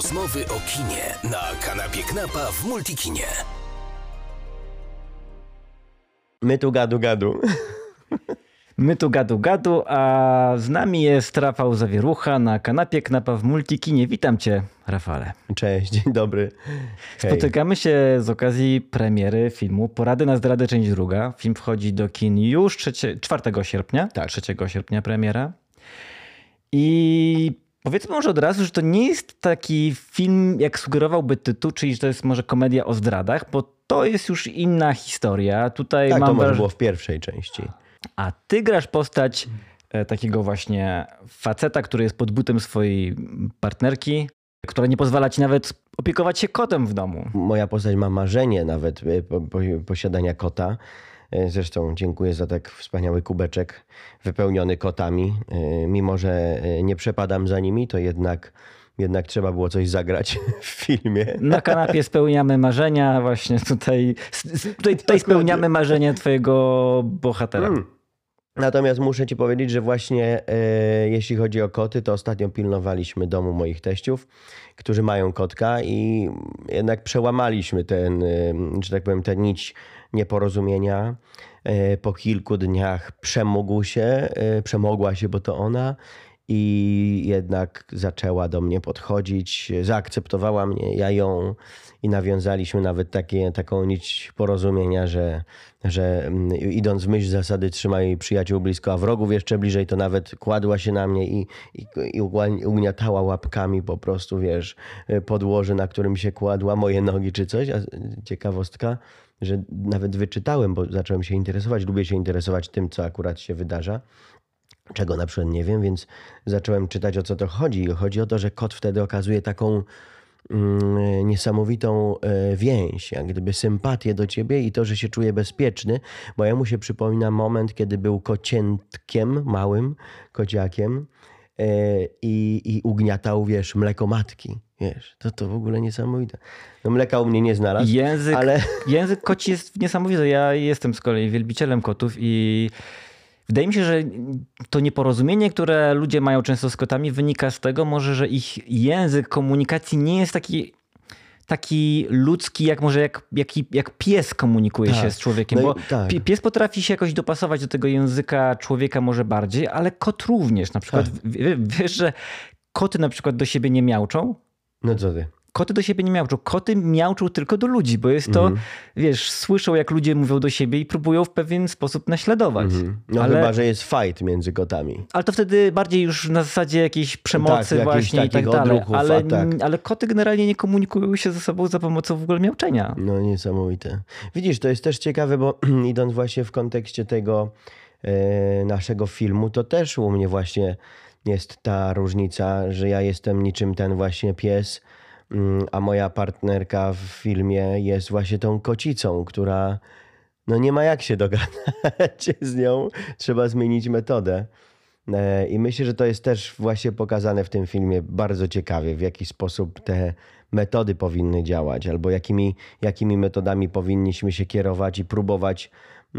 Rozmowy o kinie na kanapie Knapa w Multikinie. My tu gadu. My tu gadu, a z nami jest Rafał Zawierucha na kanapie Knapa w Multikinie. Witam cię, Rafale. Cześć, dzień dobry. Hej. Spotykamy się z okazji premiery filmu Porady na zdradę, część druga. Film wchodzi do kin już 4 sierpnia. Tak. 3 sierpnia premiera. I powiedzmy może od razu, że to nie jest taki film, jak sugerowałby tytuł, czyli że to jest może komedia o zdradach, bo to jest już inna historia. Tutaj Tak, mam to może było w pierwszej części. A ty grasz postać takiego właśnie faceta, który jest pod butem swojej partnerki, która nie pozwala ci nawet opiekować się kotem w domu. Moja postać ma marzenie nawet posiadania kota. Zresztą dziękuję za tak wspaniały kubeczek wypełniony kotami. Mimo że nie przepadam za nimi, to jednak trzeba było coś zagrać w filmie. Na kanapie spełniamy marzenia, właśnie tutaj spełniamy marzenie twojego bohatera. Natomiast muszę ci powiedzieć, że właśnie jeśli chodzi o koty, to ostatnio pilnowaliśmy domu moich teściów, którzy mają kotka i jednak przełamaliśmy ten, że tak powiem, tę nić nieporozumienia. Po kilku dniach przemogła się, bo to ona. I jednak zaczęła do mnie podchodzić, zaakceptowała mnie, ja ją i nawiązaliśmy nawet taką nić porozumienia, że idąc w myśl zasady trzymaj przyjaciół blisko, a wrogów jeszcze bliżej, to nawet kładła się na mnie i ugniatała łapkami po prostu, wiesz, podłoże, na którym się kładła, moje nogi czy coś. A ciekawostka, że nawet wyczytałem, bo zacząłem się interesować, lubię się interesować tym, co akurat się wydarza. Czego na przykład nie wiem, więc zacząłem czytać, o co to chodzi. Chodzi o to, że kot wtedy okazuje taką niesamowitą więź, jak gdyby sympatię do ciebie i to, że się czuje bezpieczny, bo ja mu się przypomina moment, kiedy był kociętkiem, małym kociakiem i ugniatał, wiesz, mleko matki. Wiesz, to w ogóle niesamowite. No mleka u mnie nie znalazł, Język koci jest niesamowity. Ja jestem z kolei wielbicielem kotów i wydaje mi się, że to nieporozumienie, które ludzie mają często z kotami, wynika z tego może, że ich język komunikacji nie jest taki ludzki, jak pies komunikuje się z człowiekiem. No bo tak. Pies potrafi się jakoś dopasować do tego języka człowieka może bardziej, ale kot również. Na przykład wiesz, że koty na przykład do siebie nie miauczą? No co ty? Koty do siebie nie miauczą. Koty miauczą tylko do ludzi, bo jest to, wiesz, słyszą jak ludzie mówią do siebie i próbują w pewien sposób naśladować. No chyba, że jest fight między kotami. Ale to wtedy bardziej już na zasadzie jakiejś przemocy właśnie i tak dalej. Ale koty generalnie nie komunikują się ze sobą za pomocą w ogóle miauczenia. No niesamowite. Widzisz, to jest też ciekawe, bo idąc właśnie w kontekście tego naszego filmu, to też u mnie właśnie jest ta różnica, że ja jestem niczym ten właśnie pies, a moja partnerka w filmie jest właśnie tą kocicą, która no nie ma jak się dogadać z nią. Trzeba zmienić metodę. I myślę, że to jest też właśnie pokazane w tym filmie bardzo ciekawie, w jaki sposób te metody powinny działać, albo jakimi metodami powinniśmy się kierować i próbować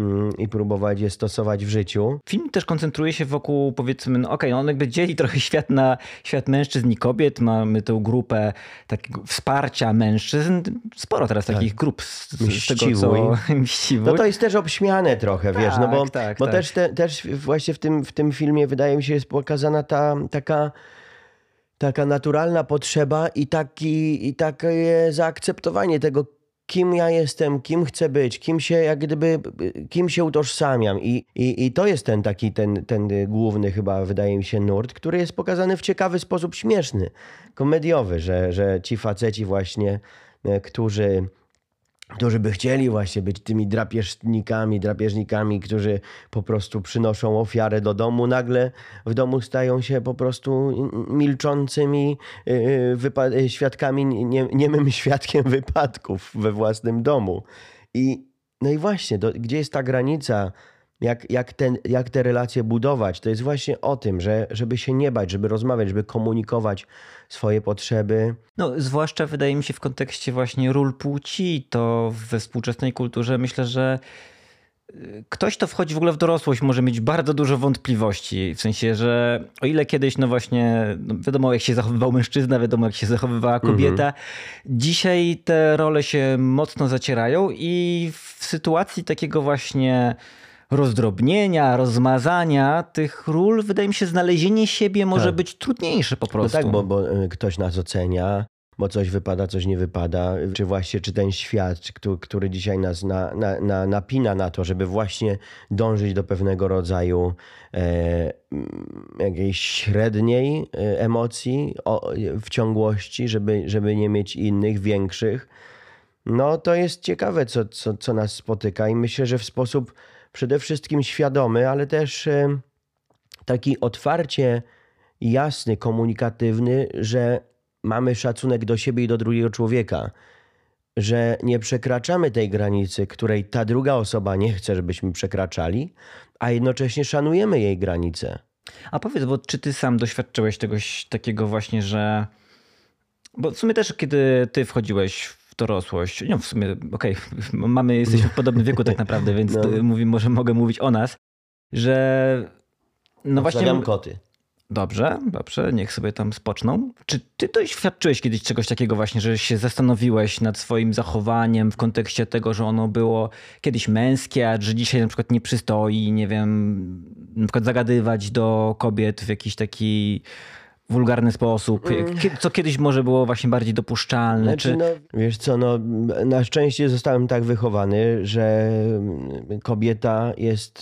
je stosować w życiu. Film też koncentruje się wokół, powiedzmy, on jakby dzieli trochę świat na świat mężczyzn i kobiet. Mamy tę grupę takiego wsparcia mężczyzn. Sporo teraz takich grup z tego, co Mściwój. No to jest też obśmiane trochę, wiesz, no bo tak. Też właśnie w tym filmie wydaje mi się jest pokazana taka naturalna potrzeba i takie zaakceptowanie tego, kim ja jestem, kim chcę być, kim się utożsamiam. I to jest ten główny chyba, wydaje mi się, nurt, który jest pokazany w ciekawy sposób, śmieszny, komediowy, że ci faceci właśnie, którzy by chcieli właśnie być tymi drapieżnikami, którzy po prostu przynoszą ofiarę do domu, nagle w domu stają się po prostu milczącymi świadkami, niemym świadkiem wypadków we własnym domu. No i właśnie, gdzie jest ta granica, jak te relacje budować, to jest właśnie o tym, żeby się nie bać, żeby rozmawiać, żeby komunikować swoje potrzeby. No, zwłaszcza wydaje mi się w kontekście właśnie ról płci, to we współczesnej kulturze myślę, że ktoś, kto wchodzi w ogóle w dorosłość, może mieć bardzo dużo wątpliwości. W sensie, że o ile kiedyś, no właśnie, no wiadomo jak się zachowywał mężczyzna, wiadomo jak się zachowywała kobieta, dzisiaj te role się mocno zacierają i w sytuacji takiego właśnie rozdrobnienia, rozmazania tych ról, wydaje mi się, znalezienie siebie może być trudniejsze po prostu. No tak, bo ktoś nas ocenia, bo coś wypada, coś nie wypada, czy właśnie czy ten świat, który dzisiaj nas napina na to, żeby właśnie dążyć do pewnego rodzaju jakiejś średniej emocji w ciągłości, żeby nie mieć innych, większych. No to jest ciekawe, co nas spotyka i myślę, że w sposób przede wszystkim świadomy, ale też taki otwarcie jasny, komunikatywny, że mamy szacunek do siebie i do drugiego człowieka, że nie przekraczamy tej granicy, której ta druga osoba nie chce, żebyśmy przekraczali, a jednocześnie szanujemy jej granice. A powiedz, bo czy ty sam doświadczyłeś czegoś takiego właśnie, że... Bo w sumie też kiedy ty wchodziłeś w dorosłość, no w sumie okej, jesteśmy w podobnym wieku tak naprawdę, więc może mogę mówić o nas, że no właśnie... koty. Dobrze, niech sobie tam spoczną. Czy ty doświadczyłeś kiedyś czegoś takiego właśnie, że się zastanowiłeś nad swoim zachowaniem w kontekście tego, że ono było kiedyś męskie, a że dzisiaj na przykład nie przystoi, nie wiem, na przykład zagadywać do kobiet w jakiś taki wulgarny sposób, co kiedyś może było właśnie bardziej dopuszczalne? Znaczy, wiesz co, na szczęście zostałem tak wychowany, że kobieta jest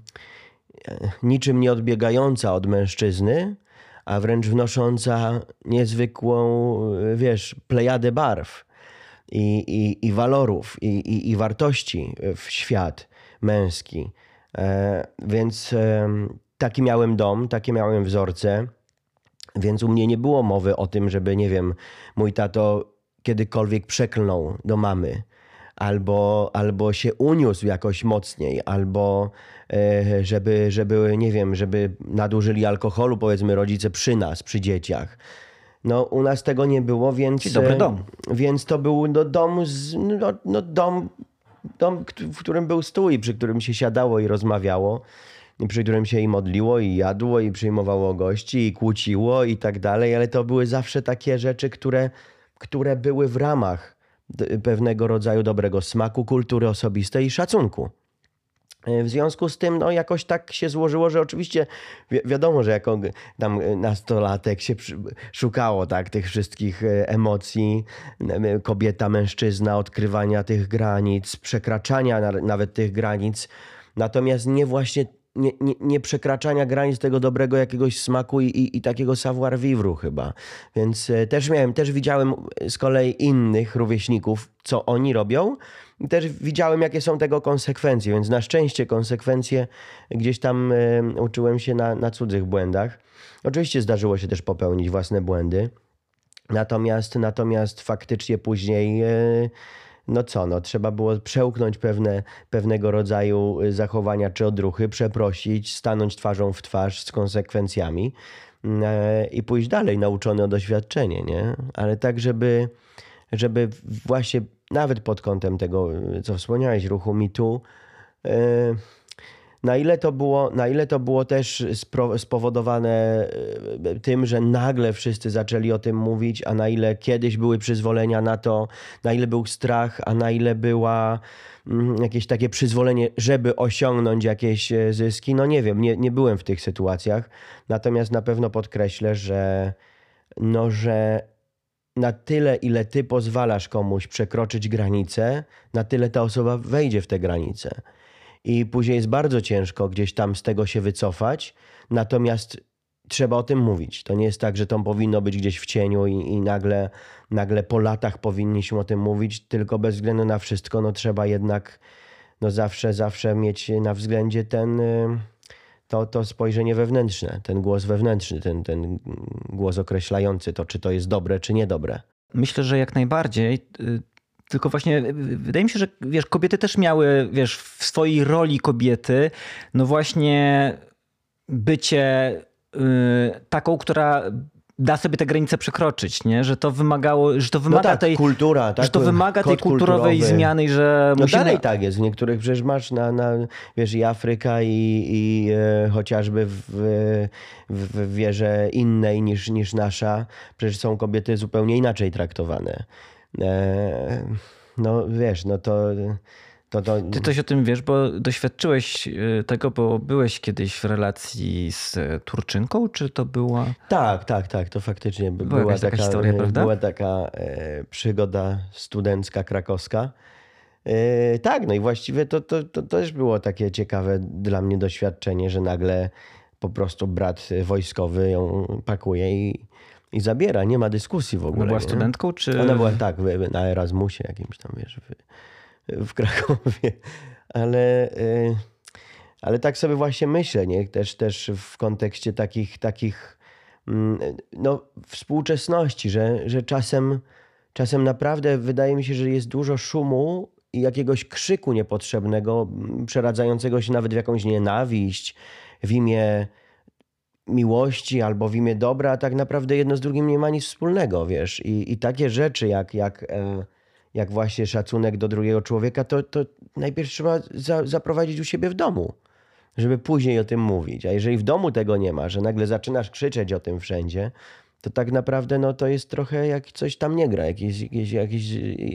niczym nie odbiegająca od mężczyzny, a wręcz wnosząca niezwykłą, wiesz, plejadę barw i walorów i wartości w świat męski. Więc taki miałem dom, takie miałem wzorce, więc u mnie nie było mowy o tym, żeby, nie wiem, mój tato kiedykolwiek przeklnął do mamy, albo się uniósł jakoś mocniej, albo żeby, nie wiem, żeby nadużyli alkoholu, powiedzmy, rodzice przy nas, przy dzieciach. No u nas tego nie było, więc... Czyli dobry dom. Więc to był dom, w którym był stół i przy którym się siadało i rozmawiało, i przy którym się i modliło, i jadło, i przyjmowało gości, i kłóciło i tak dalej, ale to były zawsze takie rzeczy, które były w ramach pewnego rodzaju dobrego smaku, kultury osobistej i szacunku. W związku z tym jakoś tak się złożyło, że oczywiście wiadomo, że jako tam nastolatek się szukało tak tych wszystkich emocji, kobieta, mężczyzna, odkrywania tych granic, przekraczania nawet tych granic, natomiast nie właśnie nie przekraczania granic tego dobrego jakiegoś smaku i takiego savoir vivre chyba. Więc też widziałem z kolei innych rówieśników, co oni robią. I też widziałem, jakie są tego konsekwencje, więc na szczęście konsekwencje gdzieś tam uczyłem się na cudzych błędach. Oczywiście zdarzyło się też popełnić własne błędy. Natomiast faktycznie później trzeba było przełknąć pewnego rodzaju zachowania czy odruchy, przeprosić, stanąć twarzą w twarz z konsekwencjami i pójść dalej, nauczony o doświadczenie, nie? Ale tak, żeby właśnie nawet pod kątem tego, co wspomniałeś, ruchu Me Too, na ile to było też spowodowane tym, że nagle wszyscy zaczęli o tym mówić, a na ile kiedyś były przyzwolenia na to, na ile był strach, a na ile była jakieś takie przyzwolenie, żeby osiągnąć jakieś zyski. No nie wiem, nie byłem w tych sytuacjach. Natomiast na pewno podkreślę, że na tyle, ile ty pozwalasz komuś przekroczyć granicę, na tyle ta osoba wejdzie w te granice. I później jest bardzo ciężko gdzieś tam z tego się wycofać, natomiast trzeba o tym mówić. To nie jest tak, że to powinno być gdzieś w cieniu i nagle po latach powinniśmy o tym mówić, tylko bez względu na wszystko trzeba jednak zawsze mieć na względzie to spojrzenie wewnętrzne, ten głos wewnętrzny, ten głos określający to, czy to jest dobre, czy niedobre. Myślę, że jak najbardziej. Tylko właśnie wydaje mi się, że wiesz, kobiety też miały, wiesz, w swojej roli kobiety, no właśnie bycie taką, która da sobie te granice przekroczyć, nie? Że to wymagało, że to wymaga tak, tej kultura, tak, że to wymaga tej kod kulturowej kulturowy. zmiany, że No musimy... dalej tak jest. W niektórych przecież masz wiesz, i Afryka i chociażby w wierze innej niż nasza, przecież są kobiety zupełnie inaczej traktowane. No wiesz, no to... Ty coś o tym wiesz, bo doświadczyłeś tego, bo byłeś kiedyś w relacji z Turczynką, czy to była... Tak. To faktycznie Była taka historia, prawda? Była taka przygoda studencka krakowska. Tak, no i właściwie to też było takie ciekawe dla mnie doświadczenie, że nagle po prostu brat wojskowy ją pakuje i zabiera. Nie ma dyskusji w ogóle. Ona była nie? studentką, czy... Ona była tak, na Erasmusie jakimś tam, wiesz, w Krakowie. Ale tak sobie właśnie myślę, nie? Też w kontekście takich no, współczesności, że czasem naprawdę wydaje mi się, że jest dużo szumu i jakiegoś krzyku niepotrzebnego, przeradzającego się nawet w jakąś nienawiść w imię miłości albo w imię dobra, a tak naprawdę jedno z drugim nie ma nic wspólnego, wiesz. I takie rzeczy jak właśnie szacunek do drugiego człowieka, to najpierw trzeba zaprowadzić u siebie w domu, żeby później o tym mówić. A jeżeli w domu tego nie ma, że nagle zaczynasz krzyczeć o tym wszędzie, to tak naprawdę no, to jest trochę jak coś tam nie gra, jakiś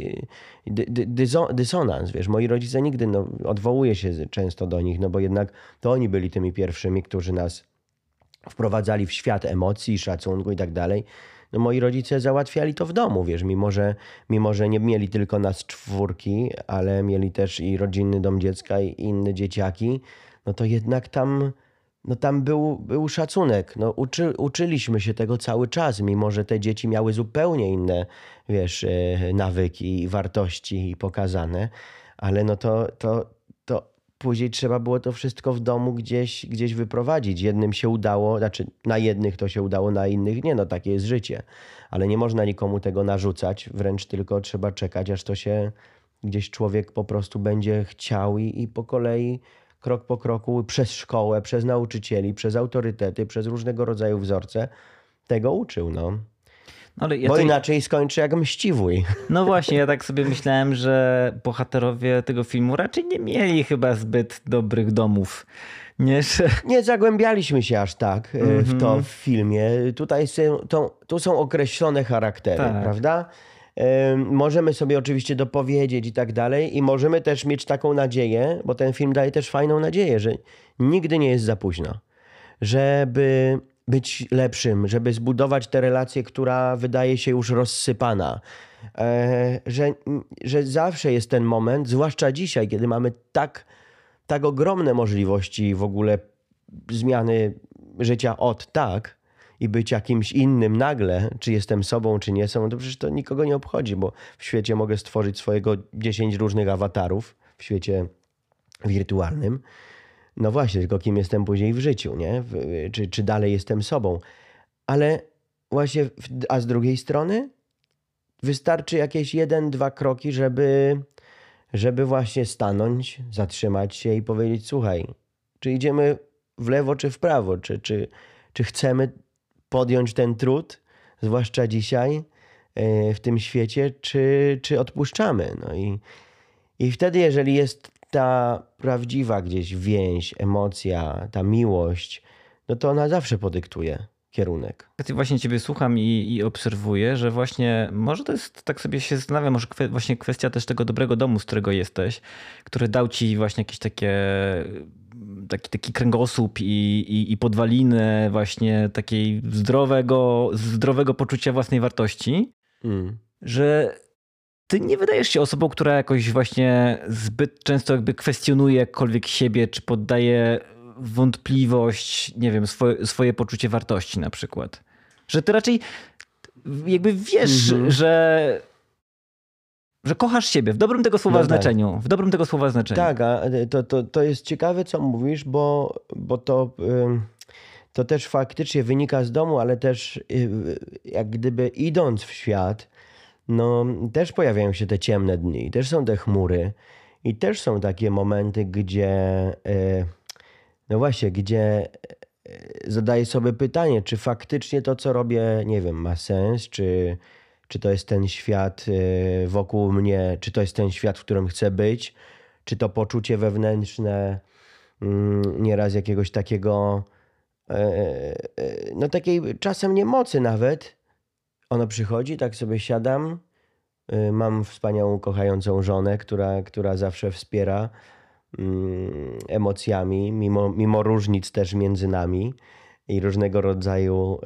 dysonans, wiesz. Moi rodzice nigdy, no, odwołuję się często do nich, no bo jednak to oni byli tymi pierwszymi, którzy nas wprowadzali w świat emocji, szacunku i tak dalej. No moi rodzice załatwiali to w domu, wiesz, mimo że nie mieli tylko nas czwórki, ale mieli też i rodzinny dom dziecka i inne dzieciaki, no to jednak tam był szacunek. No, uczyliśmy się tego cały czas, mimo że te dzieci miały zupełnie inne, wiesz, nawyki i wartości pokazane, ale no to później trzeba było to wszystko w domu gdzieś wyprowadzić. Jednym się udało, znaczy na jednych to się udało, na innych nie, no takie jest życie. Ale nie można nikomu tego narzucać, wręcz tylko trzeba czekać, aż to się gdzieś człowiek po prostu będzie chciał i po kolei, krok po kroku, przez szkołę, przez nauczycieli, przez autorytety, przez różnego rodzaju wzorce tego uczył, no. Ale Bo inaczej skończy jak Mściwój. No właśnie, ja tak sobie myślałem, że bohaterowie tego filmu raczej nie mieli chyba zbyt dobrych domów. Nie zagłębialiśmy się aż tak w to w filmie. Tu są określone charaktery, Tak. prawda? Możemy sobie oczywiście dopowiedzieć i tak dalej i możemy też mieć taką nadzieję, bo ten film daje też fajną nadzieję, że nigdy nie jest za późno, żeby być lepszym, żeby zbudować tę relację, która wydaje się już rozsypana. Że zawsze jest ten moment, zwłaszcza dzisiaj, kiedy mamy tak ogromne możliwości w ogóle zmiany życia od tak i bycia kimś innym nagle, czy jestem sobą, czy nie są, to przecież to nikogo nie obchodzi, bo w świecie mogę stworzyć swojego 10 różnych awatarów w świecie wirtualnym. No właśnie, tylko kim jestem później w życiu, nie? Czy dalej jestem sobą. Ale właśnie, a z drugiej strony wystarczy jakieś 1-2 kroki, żeby właśnie stanąć, zatrzymać się i powiedzieć, słuchaj, czy idziemy w lewo, czy w prawo, czy chcemy podjąć ten trud, zwłaszcza dzisiaj w tym świecie, czy odpuszczamy. No i wtedy, jeżeli jest ta prawdziwa gdzieś więź, emocja, ta miłość, no to ona zawsze podyktuje kierunek. Właśnie ciebie słucham i obserwuję, że właśnie może to jest, tak sobie się zastanawiam, może właśnie kwestia też tego dobrego domu, z którego jesteś, który dał ci właśnie jakieś taki kręgosłup i podwaliny właśnie takiej zdrowego poczucia własnej wartości, że ty nie wydajesz się osobą, która jakoś właśnie zbyt często jakby kwestionuje jakkolwiek siebie, czy poddaje wątpliwość, nie wiem, swoje poczucie wartości na przykład. Że ty raczej jakby wiesz, że kochasz siebie w dobrym tego słowa znaczeniu. Tak. W dobrym tego słowa znaczeniu. Tak, a to jest ciekawe, co mówisz, bo to też faktycznie wynika z domu, ale też jak gdyby idąc w świat, no też pojawiają się te ciemne dni, też są te chmury i też są takie momenty, gdzie no właśnie, gdzie zadaję sobie pytanie, czy faktycznie to, co robię, nie wiem, ma sens, czy to jest ten świat wokół mnie, czy to jest ten świat, w którym chcę być, czy to poczucie wewnętrzne nieraz jakiegoś takiego, no takiej czasem niemocy nawet. Ono przychodzi, tak sobie siadam, mam wspaniałą, kochającą żonę, która zawsze wspiera emocjami, mimo różnic też między nami i różnego rodzaju,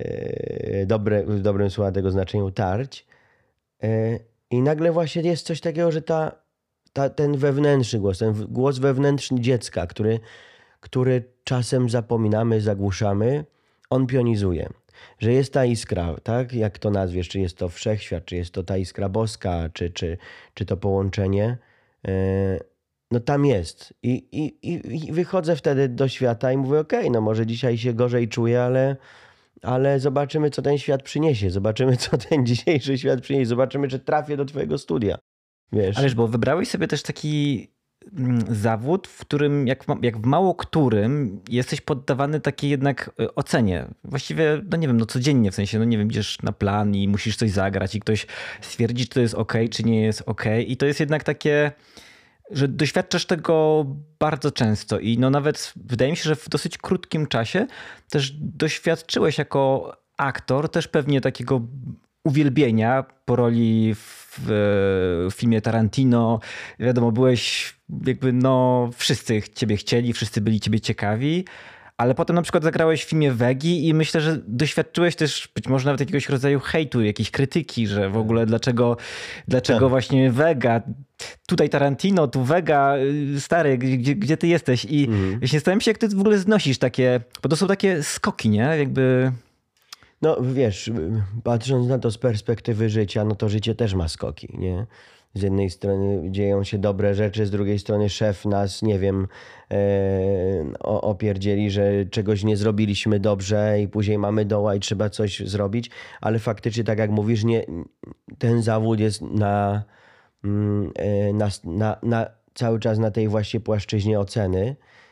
w dobrym słowa tego znaczeniu, tarć. I nagle właśnie jest coś takiego, że ten wewnętrzny głos, ten głos wewnętrzny dziecka, który czasem zapominamy, zagłuszamy, on pionizuje. Że jest ta iskra, tak? Jak to nazwiesz, czy jest to wszechświat, czy jest to ta iskra boska, czy to połączenie, no tam jest. I wychodzę wtedy do świata i mówię, okej, no może dzisiaj się gorzej czuję, ale zobaczymy, co ten świat przyniesie. Zobaczymy, co ten dzisiejszy świat przyniesie. Zobaczymy, czy trafię do twojego studia. Wiesz? Ależ, bo wybrałeś sobie też taki zawód, w którym, jak w mało którym, jesteś poddawany takiej jednak ocenie. Właściwie, no nie wiem, no codziennie, w sensie, no nie wiem, idziesz na plan i musisz coś zagrać i ktoś stwierdzi, czy to jest okej, czy nie jest okej. I to jest jednak takie, że doświadczasz tego bardzo często i no nawet wydaje mi się, że w dosyć krótkim czasie też doświadczyłeś jako aktor też pewnie takiego uwielbienia po roli w filmie Tarantino. Wiadomo, byłeś jakby, no wszyscy ciebie chcieli, wszyscy byli ciebie ciekawi, ale potem na przykład zagrałeś w filmie Wegi i myślę, że doświadczyłeś też być może nawet jakiegoś rodzaju hejtu, jakiejś krytyki, że w ogóle dlaczego właśnie Wega, tutaj Tarantino, tu Wega, stary, gdzie ty jesteś? I właśnie zastanawiam się, jak ty w ogóle znosisz takie, bo to są takie skoki, nie? Jakby... No wiesz, patrząc na to z perspektywy życia, no to życie też ma skoki, nie? Z jednej strony dzieją się dobre rzeczy, z drugiej strony szef nas, nie wiem, opierdzieli, że czegoś nie zrobiliśmy dobrze i później mamy doła i trzeba coś zrobić, ale faktycznie, tak jak mówisz, ten zawód jest cały czas na tej właśnie płaszczyźnie oceny,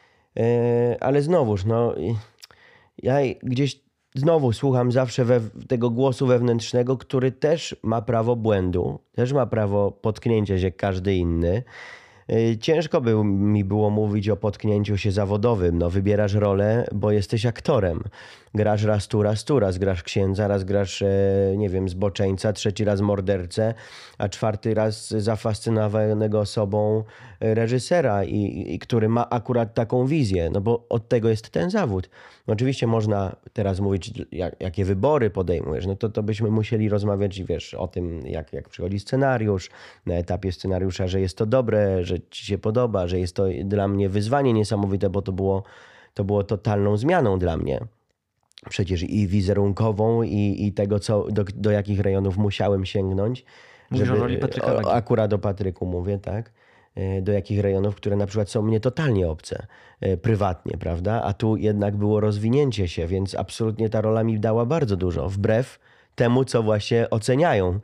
ale znowuż, no ja gdzieś znowu słucham zawsze tego głosu wewnętrznego, który też ma prawo błędu, też ma prawo potknięcia się jak każdy inny. Ciężko mi było mówić o potknięciu się zawodowym. No, wybierasz rolę, bo jesteś aktorem. Grasz raz tu, raz grasz księdza, raz grasz, nie wiem, zboczeńca, trzeci raz mordercę, a czwarty raz zafascynowanego osobą reżysera, i który ma akurat taką wizję, no bo od tego jest ten zawód. Oczywiście można teraz mówić, jakie wybory podejmujesz, no to byśmy musieli rozmawiać, wiesz, o tym, jak przychodzi scenariusz, na etapie scenariusza, że jest to dobre, że ci się podoba, że jest to dla mnie wyzwanie niesamowite, bo to było totalną zmianą dla mnie. Przecież i wizerunkową, i tego, do jakich rejonów musiałem sięgnąć. Mówisz o roli Patryka Wegi. Akurat o Patryku mówię, tak? Do jakich rejonów, które na przykład są mnie totalnie obce, prywatnie, prawda? A tu jednak było rozwinięcie się, więc absolutnie ta rola mi dała bardzo dużo, wbrew temu, co właśnie oceniają.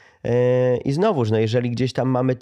I znowuż, no jeżeli gdzieś tam mamy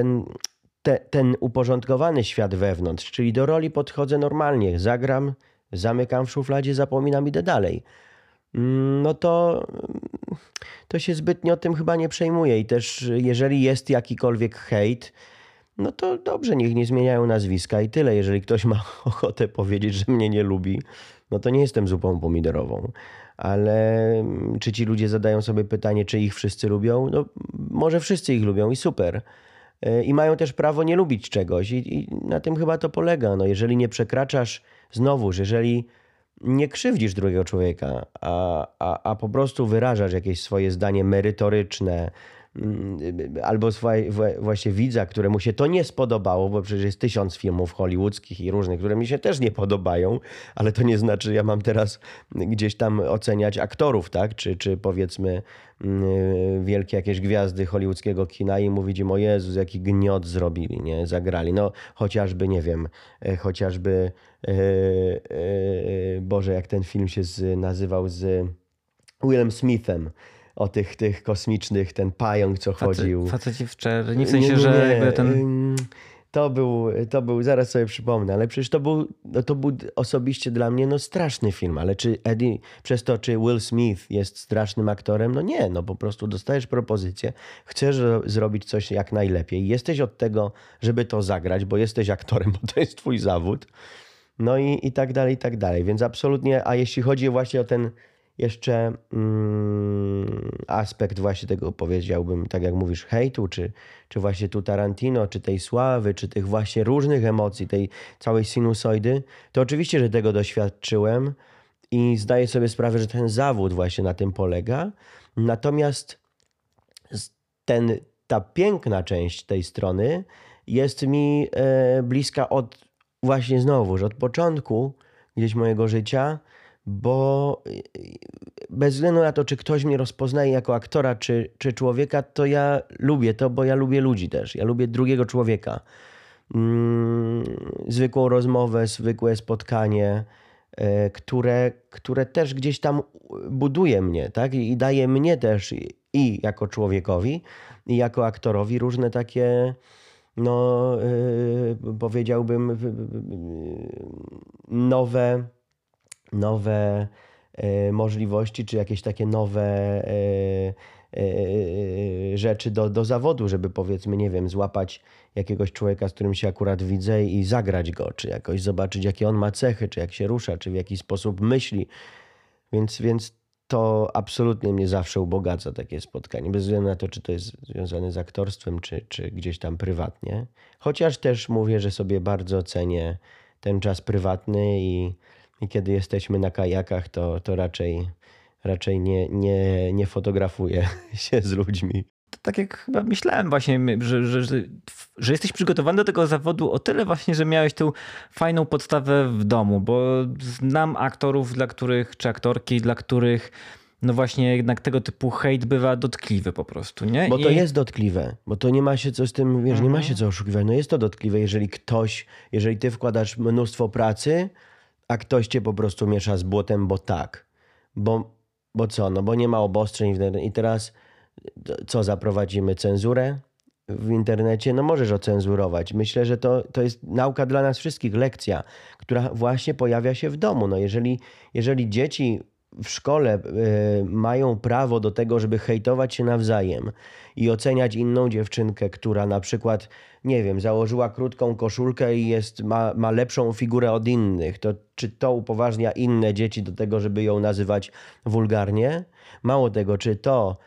ten uporządkowany świat wewnątrz, czyli do roli podchodzę normalnie, zagram, zamykam w szufladzie, zapominam, idę dalej. No to się zbytnio tym chyba nie przejmuję. I też jeżeli jest jakikolwiek hejt, no to dobrze, niech nie zmieniają nazwiska i tyle. Jeżeli ktoś ma ochotę powiedzieć, że mnie nie lubi, no to nie jestem zupą pomidorową. Ale czy ci ludzie zadają sobie pytanie, czy ich wszyscy lubią? No może wszyscy ich lubią i super. I mają też prawo nie lubić czegoś i na tym chyba to polega. No jeżeli nie przekraczasz, znowuż, jeżeli nie krzywdzisz drugiego człowieka, a po prostu wyrażasz jakieś swoje zdanie merytoryczne, albo właśnie widza, któremu się to nie spodobało, bo przecież jest 1000 filmów hollywoodzkich i różnych, które mi się też nie podobają, ale to nie znaczy, że ja mam teraz gdzieś tam oceniać aktorów, tak? Czy powiedzmy wielkie jakieś gwiazdy hollywoodzkiego kina i mówić im, o Jezus, jaki gniot zrobili, nie? Zagrali. No chociażby, nie wiem, Boże, jak ten film się nazywał z Willem Smithem, o tych kosmicznych, ten pająk, co chodził. Faceci w czerni, w sensie, że jakby ten... to był, zaraz sobie przypomnę, ale przecież to był osobiście dla mnie no, straszny film, ale czy Eddie, przez to czy Will Smith jest strasznym aktorem? No nie, no po prostu dostajesz propozycję, chcesz zrobić coś jak najlepiej, jesteś od tego, żeby to zagrać, bo jesteś aktorem, bo to jest twój zawód, no i tak dalej, więc absolutnie, a jeśli chodzi właśnie o ten jeszcze aspekt właśnie tego, powiedziałbym, tak jak mówisz, hejtu, czy właśnie tu Tarantino, czy tej sławy, czy tych właśnie różnych emocji, tej całej sinusoidy, to oczywiście, że tego doświadczyłem i zdaję sobie sprawę, że ten zawód właśnie na tym polega. Natomiast ta piękna część tej strony jest mi bliska właśnie znowuż od początku gdzieś mojego życia, bo bez względu na to, czy ktoś mnie rozpoznaje jako aktora, czy człowieka, to ja lubię to, bo ja lubię ludzi też. Ja lubię drugiego człowieka. Zwykłą rozmowę, zwykłe spotkanie, które też gdzieś tam buduje mnie, tak? I daje mnie też i jako człowiekowi, i jako aktorowi różne takie, no powiedziałbym, nowe możliwości, czy jakieś takie nowe rzeczy do zawodu, żeby powiedzmy, nie wiem, złapać jakiegoś człowieka, z którym się akurat widzę i zagrać go, czy jakoś zobaczyć, jakie on ma cechy, czy jak się rusza, czy w jaki sposób myśli. Więc to absolutnie mnie zawsze ubogaca takie spotkanie, bez względu na to, czy to jest związane z aktorstwem, czy gdzieś tam prywatnie. Chociaż też mówię, że sobie bardzo cenię ten czas prywatny i kiedy jesteśmy na kajakach, to raczej nie fotografuję się z ludźmi. To tak jak chyba myślałem właśnie, że jesteś przygotowany do tego zawodu o tyle właśnie, że miałeś tę fajną podstawę w domu, bo znam aktorów, czy aktorki, dla których no właśnie jednak tego typu hejt bywa dotkliwy po prostu, nie? Bo to jest dotkliwe, bo to nie ma się co z tym, wiesz, nie ma się co oszukiwać. No jest to dotkliwe, jeżeli ty wkładasz mnóstwo pracy, a ktoś cię po prostu miesza z błotem, bo tak. Bo co? No bo nie ma obostrzeń i teraz co, zaprowadzimy cenzurę w internecie? No możesz ocenzurować. Myślę, że to jest nauka dla nas wszystkich, lekcja, która właśnie pojawia się w domu. No jeżeli dzieci w szkole mają prawo do tego, żeby hejtować się nawzajem i oceniać inną dziewczynkę, która na przykład, nie wiem, założyła krótką koszulkę i ma lepszą figurę od innych, to czy to upoważnia inne dzieci do tego, żeby ją nazywać wulgarnie? Mało tego, czy to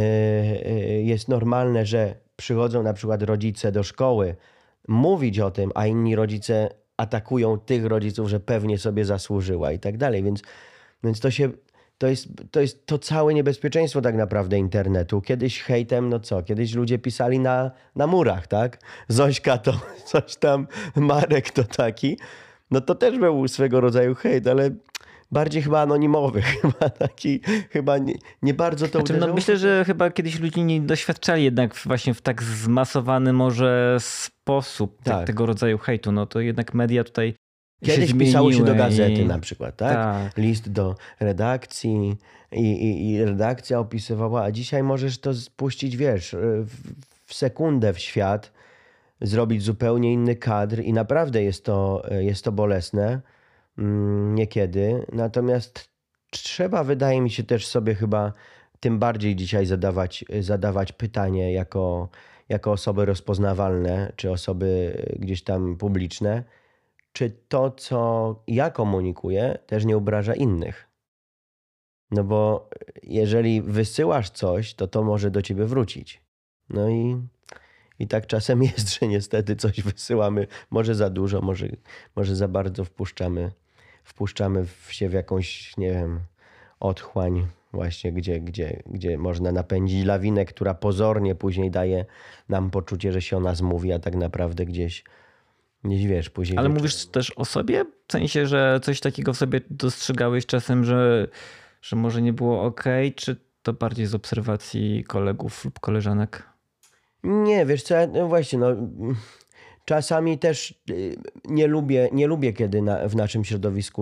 jest normalne, że przychodzą na przykład rodzice do szkoły mówić o tym, a inni rodzice atakują tych rodziców, że pewnie sobie zasłużyła i tak dalej. Więc to jest to całe niebezpieczeństwo tak naprawdę internetu. Kiedyś hejtem, no co? Kiedyś ludzie pisali na murach, tak? Zośka to coś tam, Marek to taki. No to też był swego rodzaju hejt, ale bardziej chyba anonimowy, chyba nie bardzo to uderzyło. No myślę, że chyba kiedyś ludzie nie doświadczali jednak właśnie w tak zmasowany może sposób tego rodzaju hejtu. No to jednak media tutaj kiedyś pisało się do gazety na przykład, tak? List do redakcji i redakcja opisywała, a dzisiaj możesz to spuścić, wiesz, w sekundę w świat, zrobić zupełnie inny kadr i naprawdę jest to bolesne niekiedy. Natomiast trzeba, wydaje mi się, też sobie chyba tym bardziej dzisiaj zadawać pytanie jako osoby rozpoznawalne, czy osoby gdzieś tam publiczne, czy to, co ja komunikuję, też nie obraża innych. No bo jeżeli wysyłasz coś, to może do ciebie wrócić. No i tak czasem jest, że niestety coś wysyłamy, może za dużo, może za bardzo wpuszczamy się w jakąś, nie wiem, otchłań właśnie, gdzie można napędzić lawinę, która pozornie później daje nam poczucie, że się o nas mówi, a tak naprawdę gdzieś wiesz, później... Ale mówisz też o sobie? W sensie, że coś takiego w sobie dostrzegałeś czasem, że może nie było okej, czy to bardziej z obserwacji kolegów lub koleżanek? Nie, wiesz co, no właśnie, no czasami też nie lubię, kiedy w naszym środowisku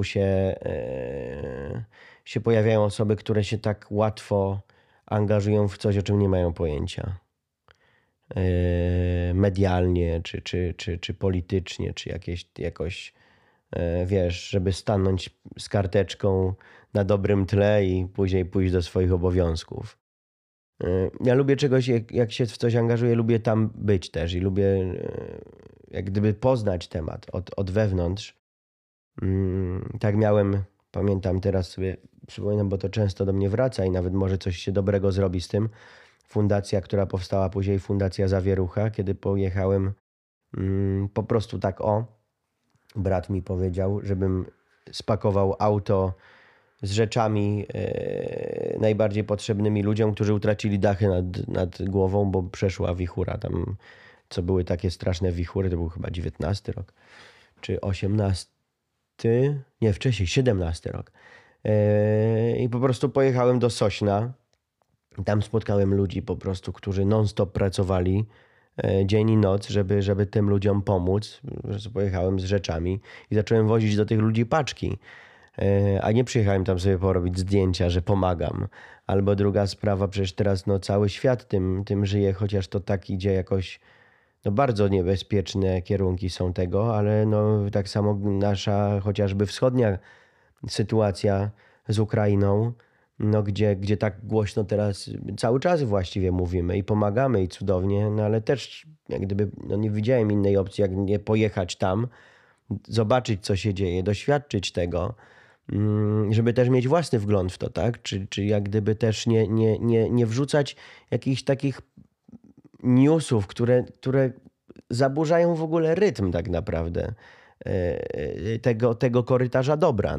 się pojawiają osoby, które się tak łatwo angażują w coś, o czym nie mają pojęcia. medialnie, czy politycznie, czy jakoś, wiesz, żeby stanąć z karteczką na dobrym tle i później pójść do swoich obowiązków. Ja lubię czegoś, jak się w coś angażuję, lubię tam być też i lubię jak gdyby poznać temat od wewnątrz. Tak miałem, pamiętam teraz sobie, przypominam, bo to często do mnie wraca i nawet może coś się dobrego zrobi z tym. Fundacja, która powstała później, Fundacja Zawierucha, kiedy pojechałem po prostu tak brat mi powiedział, żebym spakował auto z rzeczami najbardziej potrzebnymi ludziom, którzy utracili dachy nad głową, bo przeszła wichura tam, co były takie straszne wichury, to był chyba 19 rok, czy 18, nie wcześniej, 17 rok. I po prostu pojechałem do Sośna. Tam spotkałem ludzi po prostu, którzy non-stop pracowali dzień i noc, żeby tym ludziom pomóc. Pojechałem z rzeczami i zacząłem wozić do tych ludzi paczki. A nie przyjechałem tam sobie porobić zdjęcia, że pomagam. Albo druga sprawa, przecież teraz cały świat tym żyje, chociaż to tak idzie jakoś, bardzo niebezpieczne kierunki są tego, ale tak samo nasza chociażby wschodnia sytuacja z Ukrainą, gdzie tak głośno teraz cały czas właściwie mówimy i pomagamy i cudownie, ale też jak gdyby nie widziałem innej opcji, jak nie pojechać tam, zobaczyć co się dzieje, doświadczyć tego, żeby też mieć własny wgląd w to, tak? Czy jak gdyby też nie wrzucać jakichś takich newsów, które zaburzają w ogóle rytm tak naprawdę tego korytarza dobra.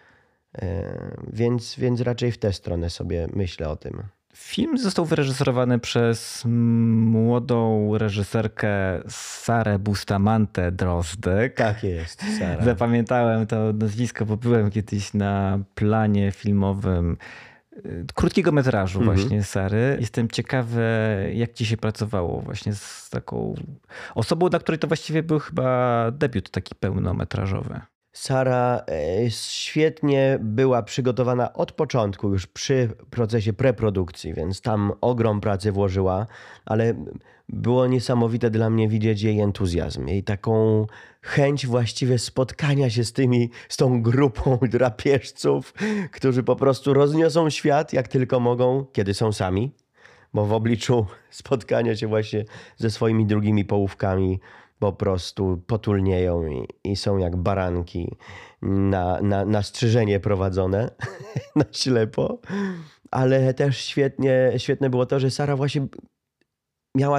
Więc raczej w tę stronę sobie myślę o tym. Film został wyreżyserowany przez młodą reżyserkę Sarę Bustamante-Drozdek. Tak jest, Sara. Zapamiętałem to nazwisko, bo byłem kiedyś na planie filmowym krótkiego metrażu właśnie Sary. Jestem ciekawy, jak ci się pracowało właśnie z taką osobą, dla której to właściwie był chyba debiut taki pełnometrażowy. Sara świetnie była przygotowana od początku, już przy procesie preprodukcji, więc tam ogrom pracy włożyła, ale było niesamowite dla mnie widzieć jej entuzjazm, jej taką chęć właściwie spotkania się z tą grupą drapieżców, którzy po prostu rozniosą świat jak tylko mogą, kiedy są sami, bo w obliczu spotkania się właśnie ze swoimi drugimi połówkami po prostu potulnieją i są jak baranki na strzyżenie prowadzone na ślepo. Ale też świetne było to, że Sara właśnie miała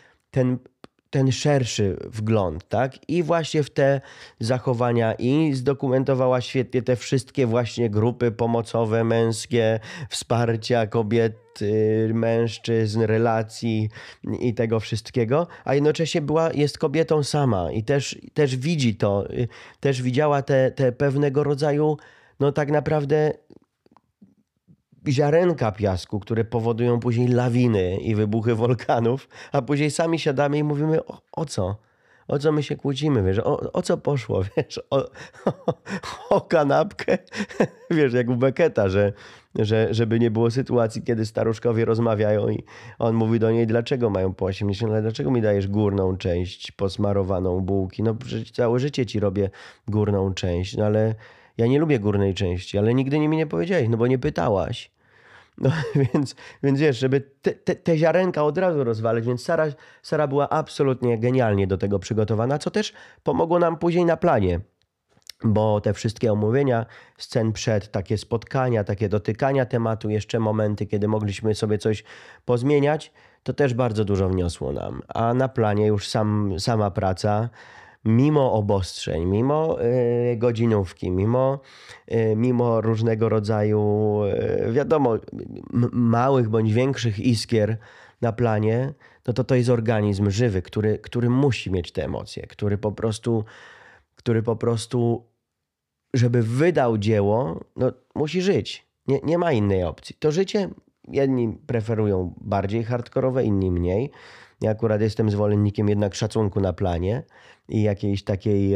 ten szerszy wgląd, tak? I właśnie w te zachowania i zdokumentowała świetnie te wszystkie właśnie grupy pomocowe, męskie, wsparcia kobiet, mężczyzn, relacji i tego wszystkiego, a jednocześnie jest kobietą sama i też widzi to, też widziała te pewnego rodzaju, tak naprawdę ziarenka piasku, które powodują później lawiny i wybuchy wulkanów, a później sami siadamy i mówimy, o co? O co my się kłócimy, wiesz? O co poszło, wiesz? O kanapkę, wiesz, jak u Becketa, żeby nie było sytuacji, kiedy staruszkowie rozmawiają i on mówi do niej, dlaczego mają po 80 lat, dlaczego mi dajesz górną część posmarowaną bułki? Przecież całe życie ci robię górną część, ale ja nie lubię górnej części, ale nigdy mi nie powiedziałeś, bo nie pytałaś. Więc wiesz, żeby te ziarenka od razu rozwalić, więc Sara była absolutnie genialnie do tego przygotowana, co też pomogło nam później na planie, bo te wszystkie omówienia scen przed, takie spotkania, takie dotykania tematu, jeszcze momenty, kiedy mogliśmy sobie coś pozmieniać, to też bardzo dużo wniosło nam. A na planie już sama praca, mimo obostrzeń, mimo godzinówki, mimo różnego rodzaju, wiadomo, małych bądź większych iskier na planie, to jest organizm żywy, który musi mieć te emocje, który po prostu, żeby wydał dzieło, musi żyć. Nie ma innej opcji. To życie jedni preferują bardziej hardkorowe, inni mniej. Ja akurat jestem zwolennikiem jednak szacunku na planie i jakiejś takiej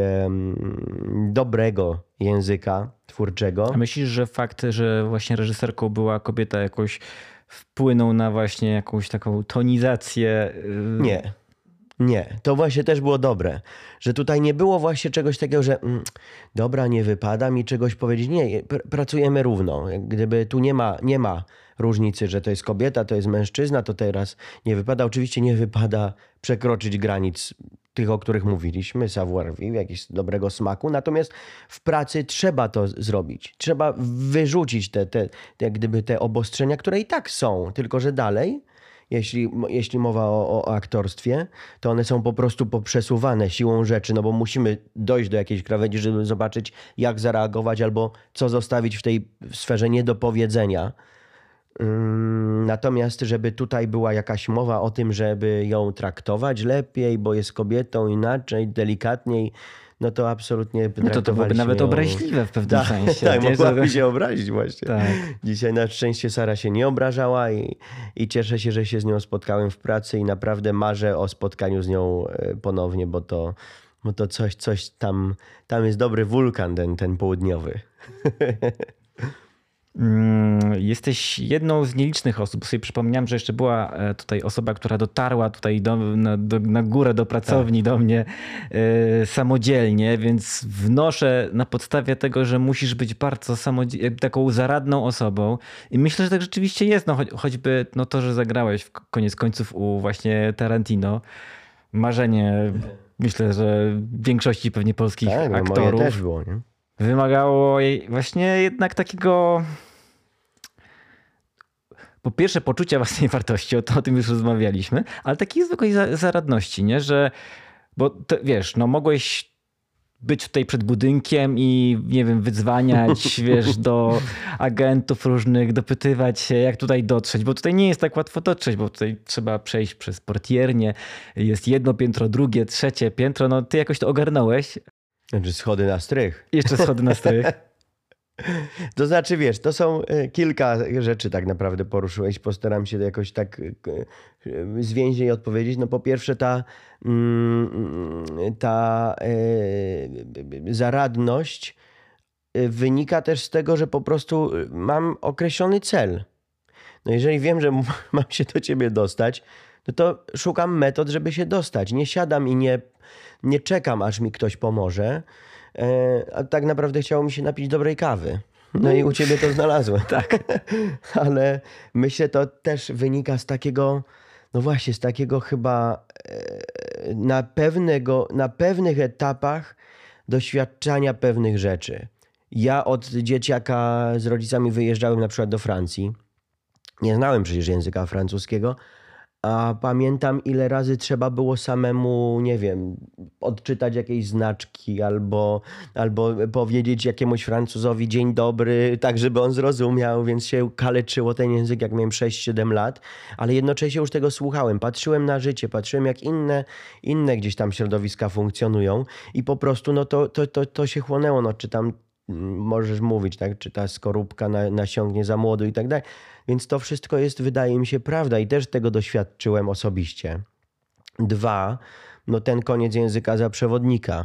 dobrego języka twórczego. A myślisz, że fakt, że właśnie reżyserką była kobieta jakoś wpłynął na właśnie jakąś taką tonizację? Nie, to właśnie też było dobre, że tutaj nie było właśnie czegoś takiego, że dobra, nie wypada mi czegoś powiedzieć. Nie, pracujemy równo. Jak gdyby tu nie ma różnicy, że to jest kobieta, to jest mężczyzna, to teraz nie wypada. Oczywiście nie wypada przekroczyć granic tych, o których mówiliśmy, savoir-vivre, jakiegoś dobrego smaku. Natomiast w pracy trzeba to zrobić. Trzeba wyrzucić jak gdyby te obostrzenia, które i tak są, tylko że dalej, jeśli mowa o aktorstwie, to one są po prostu poprzesuwane siłą rzeczy, no bo musimy dojść do jakiejś krawędzi, żeby zobaczyć, jak zareagować albo co zostawić w tej sferze nie do powiedzenia. Natomiast, żeby tutaj była jakaś mowa o tym, żeby ją traktować lepiej, bo jest kobietą inaczej, delikatniej, no to absolutnie To byłoby nawet obraźliwe w pewnym sensie. Tak, mogłaby się obrazić właśnie. Tak. Dzisiaj na szczęście Sara się nie obrażała i cieszę się, że się z nią spotkałem w pracy i naprawdę marzę o spotkaniu z nią ponownie, bo to coś tam jest dobry wulkan ten południowy. Jesteś jedną z nielicznych osób. Sobie przypomniałem, że jeszcze była tutaj osoba, która dotarła tutaj na górę do pracowni do mnie samodzielnie, więc wnoszę na podstawie tego, że musisz być bardzo taką zaradną osobą. I myślę, że tak rzeczywiście jest. No, choćby to, że zagrałeś koniec końców u właśnie Tarantino. Marzenie, myślę, że większości pewnie polskich aktorów. Moje też było, nie? Wymagało jej właśnie jednak takiego, po pierwsze, poczucia własnej wartości, o tym już rozmawialiśmy, ale takiej zwykłej zaradności, nie? Że, bo wiesz, mogłeś być tutaj przed budynkiem i nie wiem, wydzwaniać, wiesz, do agentów różnych, dopytywać się, jak tutaj dotrzeć, bo tutaj nie jest tak łatwo dotrzeć, bo tutaj trzeba przejść przez portiernię, jest jedno piętro, drugie, trzecie piętro, ty jakoś to ogarnąłeś. Znaczy schody na strych. Jeszcze schody na strych. To znaczy, wiesz, to są kilka rzeczy tak naprawdę poruszyłeś. Postaram się jakoś tak zwięźlej odpowiedzieć. No po pierwsze ta zaradność wynika też z tego, że po prostu mam określony cel. No jeżeli wiem, że mam się do ciebie dostać, no to szukam metod, żeby się dostać. Nie siadam i nie czekam, aż mi ktoś pomoże, a tak naprawdę chciało mi się napić dobrej kawy. No i u ciebie to znalazłem. Tak. Ale myślę, to też wynika z takiego, no właśnie, z takiego chyba na pewnych etapach doświadczania pewnych rzeczy. Ja od dzieciaka z rodzicami wyjeżdżałem na przykład do Francji. Nie znałem przecież języka francuskiego, a pamiętam, ile razy trzeba było samemu, nie wiem, odczytać jakieś znaczki albo powiedzieć jakiemuś Francuzowi dzień dobry, tak żeby on zrozumiał, więc się kaleczyło ten język, jak miałem 6-7 lat, ale jednocześnie już tego słuchałem, patrzyłem na życie, patrzyłem jak inne gdzieś tam środowiska funkcjonują i po prostu no to się chłonęło, no czy tam możesz mówić, tak, czy ta skorupka nasiągnie za młodu i tak dalej. Więc to wszystko jest, wydaje mi się, prawda i też tego doświadczyłem osobiście. 2, no ten koniec języka za przewodnika.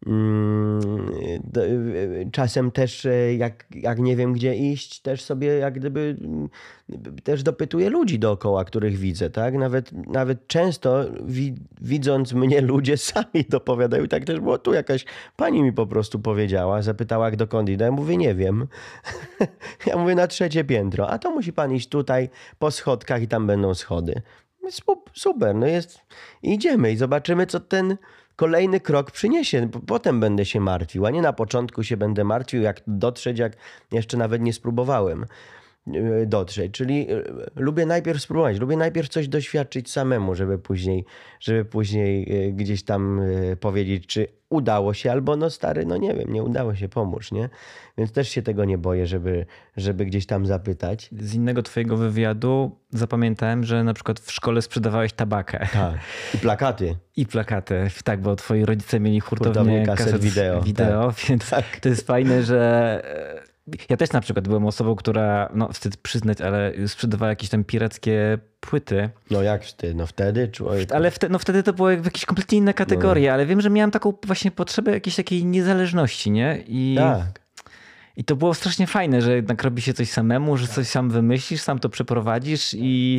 Czasem też jak nie wiem gdzie iść, też sobie jak gdyby też dopytuję ludzi dookoła, których widzę, tak? Nawet często widząc mnie ludzie sami dopowiadają. I tak też było tu. Jakaś pani mi po prostu powiedziała, zapytała dokąd idę. Ja mówię, nie wiem. Ja mówię na 3. piętro. A to musi pan iść tutaj po schodkach i tam będą schody. Super, no jest. Idziemy i zobaczymy, co ten kolejny krok przyniesie. Potem będę się martwił, a nie na początku się będę martwił, jak dotrzeć, jak jeszcze nawet nie spróbowałem dotrzeć. Czyli lubię najpierw spróbować, lubię najpierw coś doświadczyć samemu, żeby później gdzieś tam powiedzieć, czy udało się, albo no stary, no nie wiem, nie udało się, pomóż, nie? Więc też się tego nie boję, żeby gdzieś tam zapytać. Z innego twojego wywiadu zapamiętałem, że na przykład w szkole sprzedawałeś tabakę. Tak. I plakaty. I plakaty, tak, bo twoi rodzice mieli hurtownię kaset wideo, tak. Więc tak. To jest fajne, że ja też na przykład byłem osobą, która, no wstyd przyznać, ale sprzedawała jakieś tam pirackie płyty. No jak wtedy? No wtedy człowiek... Ale wtedy to były jakieś kompletnie inne kategorie, ale wiem, że miałem taką właśnie potrzebę jakiejś takiej niezależności, nie? I tak. I to było strasznie fajne, że jednak robi się coś samemu, że coś sam wymyślisz, sam to przeprowadzisz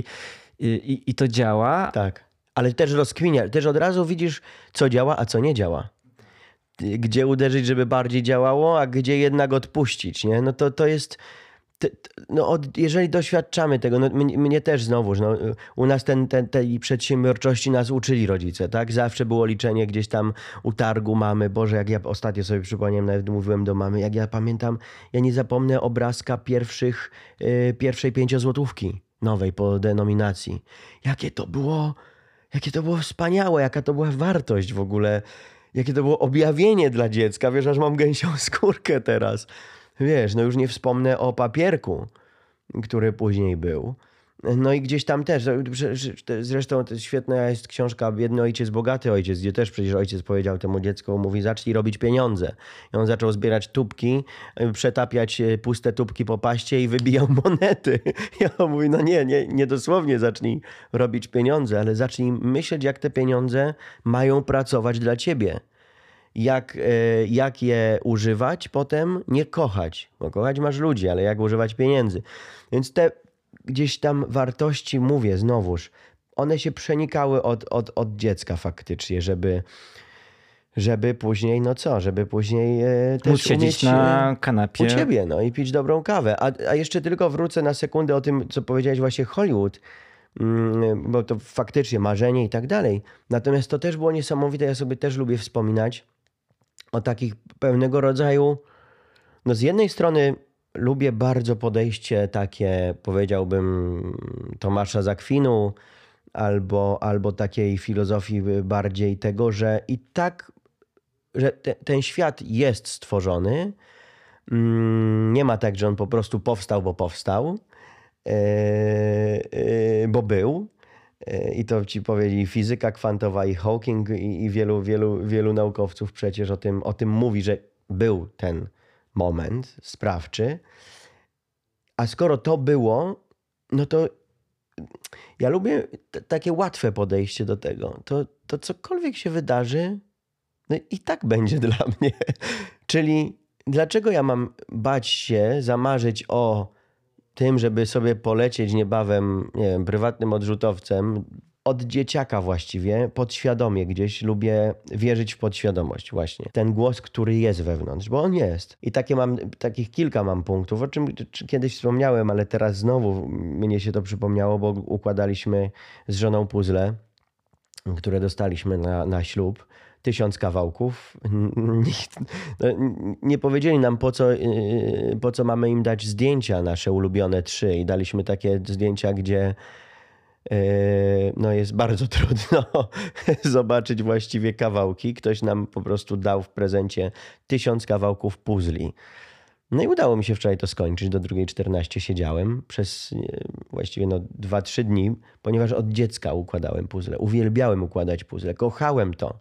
i to działa. Tak. Ale też rozkminia, też od razu widzisz, co działa, a co nie działa. Gdzie uderzyć, żeby bardziej działało, a gdzie jednak odpuścić, nie? No to jest... No jeżeli doświadczamy tego, no mnie też znowuż, no, u nas tej przedsiębiorczości nas uczyli rodzice, tak? Zawsze było liczenie gdzieś tam u targu mamy. Boże, jak ja ostatnio sobie przypomniałem, nawet mówiłem do mamy, jak ja pamiętam, ja nie zapomnę obrazka pierwszej 5-złotówki nowej po denominacji. Jakie to było wspaniałe, jaka to była wartość w ogóle, jakie to było objawienie dla dziecka. Wiesz, aż mam gęsią skórkę teraz. Wiesz, no już nie wspomnę o papierku, który później był. No i gdzieś tam też, zresztą to świetna jest książka Biedny ojciec, bogaty ojciec, gdzie też przecież ojciec powiedział temu dziecku, mówi, zacznij robić pieniądze. I on zaczął zbierać tubki, przetapiać puste tubki po paście i wybijał monety. I on mówi, no nie dosłownie zacznij robić pieniądze, ale zacznij myśleć, jak te pieniądze mają pracować dla ciebie. Jak je używać, potem nie kochać. Bo kochać masz ludzi, ale jak używać pieniędzy. Więc te gdzieś tam wartości, mówię znowuż, one się przenikały od dziecka faktycznie, żeby później, no co, żeby później też móc siedzieć na kanapie u ciebie, no i pić dobrą kawę. A jeszcze tylko wrócę na sekundę o tym, co powiedziałeś właśnie Hollywood, bo to faktycznie marzenie i tak dalej. Natomiast to też było niesamowite, ja sobie też lubię wspominać o takich pewnego rodzaju, no z jednej strony lubię bardzo podejście takie, powiedziałbym, Tomasza z Akwinu albo takiej filozofii bardziej tego, że i tak, że ten świat jest stworzony. Nie ma tak, że on po prostu powstał, bo powstał, bo był. I to ci powiedzieli fizyka kwantowa i Hawking i wielu naukowców przecież o tym mówi, że był ten moment sprawczy. A skoro to było, no to ja lubię takie łatwe podejście do tego. To cokolwiek się wydarzy, no i tak będzie dla mnie. Czyli dlaczego ja mam bać się, zamarzyć o tym, żeby sobie polecieć niebawem, nie wiem, prywatnym odrzutowcem, od dzieciaka właściwie, podświadomie gdzieś lubię wierzyć w podświadomość właśnie. Ten głos, który jest wewnątrz, bo on jest. I takich kilka mam punktów, o czym kiedyś wspomniałem, ale teraz znowu mnie się to przypomniało, bo układaliśmy z żoną puzzle, które dostaliśmy na ślub. 1000 kawałków. Nie powiedzieli nam, po co mamy im dać zdjęcia, nasze ulubione 3. I daliśmy takie zdjęcia, gdzie no jest bardzo trudno zobaczyć właściwie kawałki. Ktoś nam po prostu dał w prezencie 1000 kawałków puzli. No i udało mi się wczoraj to skończyć. Do 2:14 siedziałem przez właściwie 2-3 dni, ponieważ od dziecka układałem puzzle. Uwielbiałem układać puzzle. Kochałem to.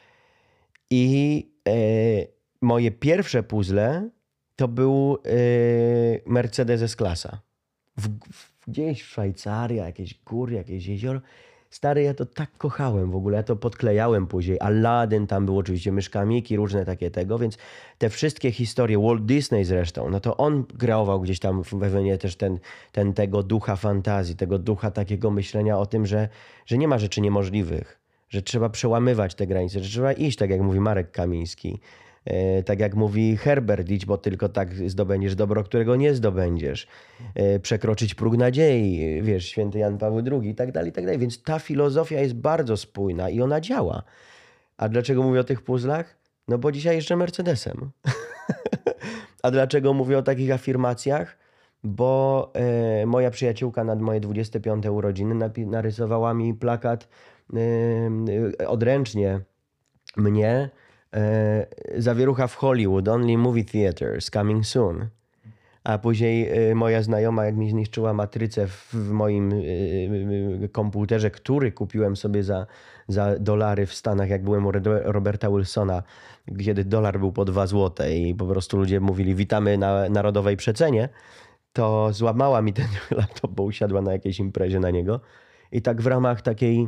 I moje pierwsze puzzle to był Mercedes S-klasa. Gdzieś w Szwajcarii, jakieś góry, jakieś jezioro. Stary, ja to tak kochałem w ogóle. Ja to podklejałem później. Aladdin, tam był oczywiście myszka Miki, różne takie tego, więc te wszystkie historie, Walt Disney zresztą, no to on kreował gdzieś tam we mnie też tego ducha fantazji, tego ducha takiego myślenia o tym, że nie ma rzeczy niemożliwych. Że trzeba przełamywać te granice, że trzeba iść, tak jak mówi Marek Kamiński, tak jak mówi Herbert, idź, bo tylko tak zdobędziesz dobro, którego nie zdobędziesz. Przekroczyć próg nadziei, wiesz, święty Jan Paweł II i tak dalej, i tak dalej. Więc ta filozofia jest bardzo spójna i ona działa. A dlaczego mówię o tych puzzlach? No bo dzisiaj jeżdżę Mercedesem. A dlaczego mówię o takich afirmacjach? Bo moja przyjaciółka na moje 25. urodziny narysowała mi plakat odręcznie mnie, zawierucha w Hollywood, only movie theaters, coming soon. A później moja znajoma, jak mi zniszczyła matrycę w moim komputerze, który kupiłem sobie za dolary w Stanach, jak byłem u Roberta Wilsona, kiedy dolar był po 2 złote i po prostu ludzie mówili witamy na narodowej przecenie, to złamała mi ten laptop, bo usiadła na jakiejś imprezie na niego. I tak w ramach takiej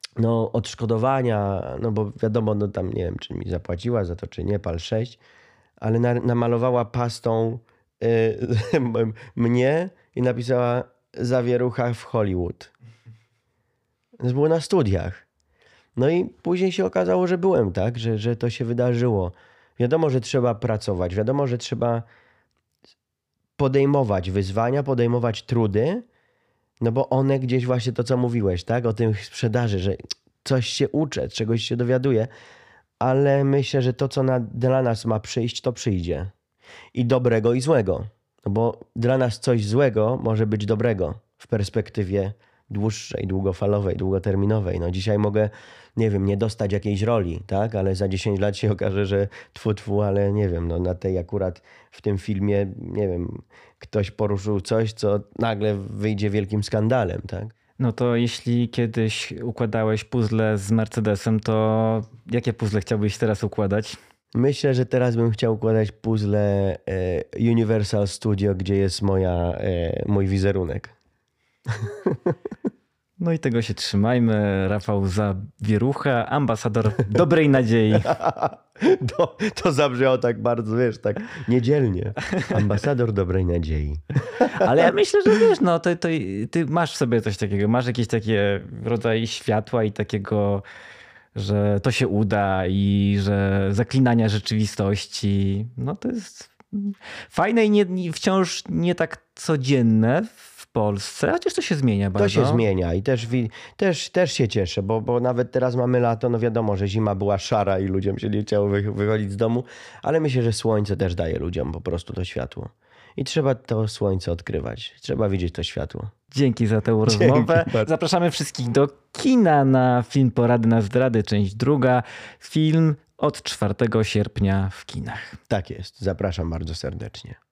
odszkodowania, bo wiadomo, tam nie wiem, czy mi zapłaciła za to, czy nie, PAL 6, ale namalowała pastą mnie i napisała zawierucha w Hollywood. To było na studiach. No i później się okazało, że byłem, tak? Że to się wydarzyło. Wiadomo, że trzeba pracować. Wiadomo, że trzeba podejmować wyzwania, podejmować trudy, no bo one gdzieś właśnie to, co mówiłeś, tak? O tym sprzedaży, że coś się uczę, czegoś się dowiaduję, ale myślę, że to, co dla nas ma przyjść, to przyjdzie. I dobrego, i złego. No bo dla nas coś złego może być dobrego w perspektywie dłuższej, długofalowej, długoterminowej. No dzisiaj mogę, nie wiem, nie dostać jakiejś roli, tak? Ale za 10 lat się okaże, że tfu, ale nie wiem, no na tej akurat w tym filmie, nie wiem, ktoś poruszył coś, co nagle wyjdzie wielkim skandalem, tak? No to jeśli kiedyś układałeś puzzle z Mercedesem, to jakie puzzle chciałbyś teraz układać? Myślę, że teraz bym chciał układać puzzle Universal Studio, gdzie jest mój wizerunek. No i tego się trzymajmy. Rafał Zawierucha, ambasador dobrej nadziei. To zabrzmiało tak bardzo, wiesz, tak niedzielnie. Ambasador dobrej nadziei. Ale ja myślę, że wiesz, no ty masz w sobie coś takiego, masz jakieś takie rodzaj światła i takiego, że to się uda i że zaklinania rzeczywistości, no to jest fajne i wciąż nie tak codzienne w Polsce, chociaż to się zmienia bardzo. To się zmienia i też się cieszę, bo nawet teraz mamy lato, no wiadomo, że zima była szara i ludziom się nie chciało wychodzić z domu, ale myślę, że słońce też daje ludziom po prostu to światło. I trzeba to słońce odkrywać. Trzeba widzieć to światło. Dzięki za tę rozmowę. Zapraszamy wszystkich do kina na film Porady na zdrady, część 2. Film od 4 sierpnia w kinach. Tak jest. Zapraszam bardzo serdecznie.